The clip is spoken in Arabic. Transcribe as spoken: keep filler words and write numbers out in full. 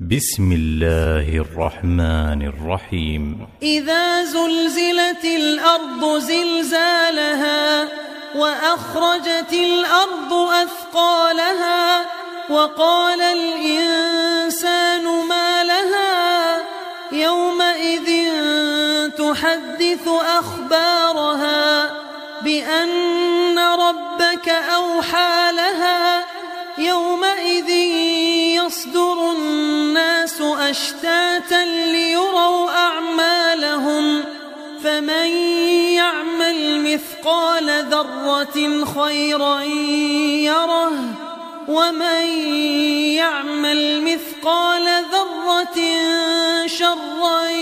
بسم الله الرحمن الرحيم. إذا زلزلت الأرض زلزالها وأخرجت الأرض أثقالها وقال الإنسان ما لها يومئذ تحدث أخبارها بأن ربك أوحى لها يومئذ يصدر الناس أشتاتا ليروا أعمالهم فمن يعمل مثقال ذرة خيرا يره ومن يعمل مثقال ذرة شرا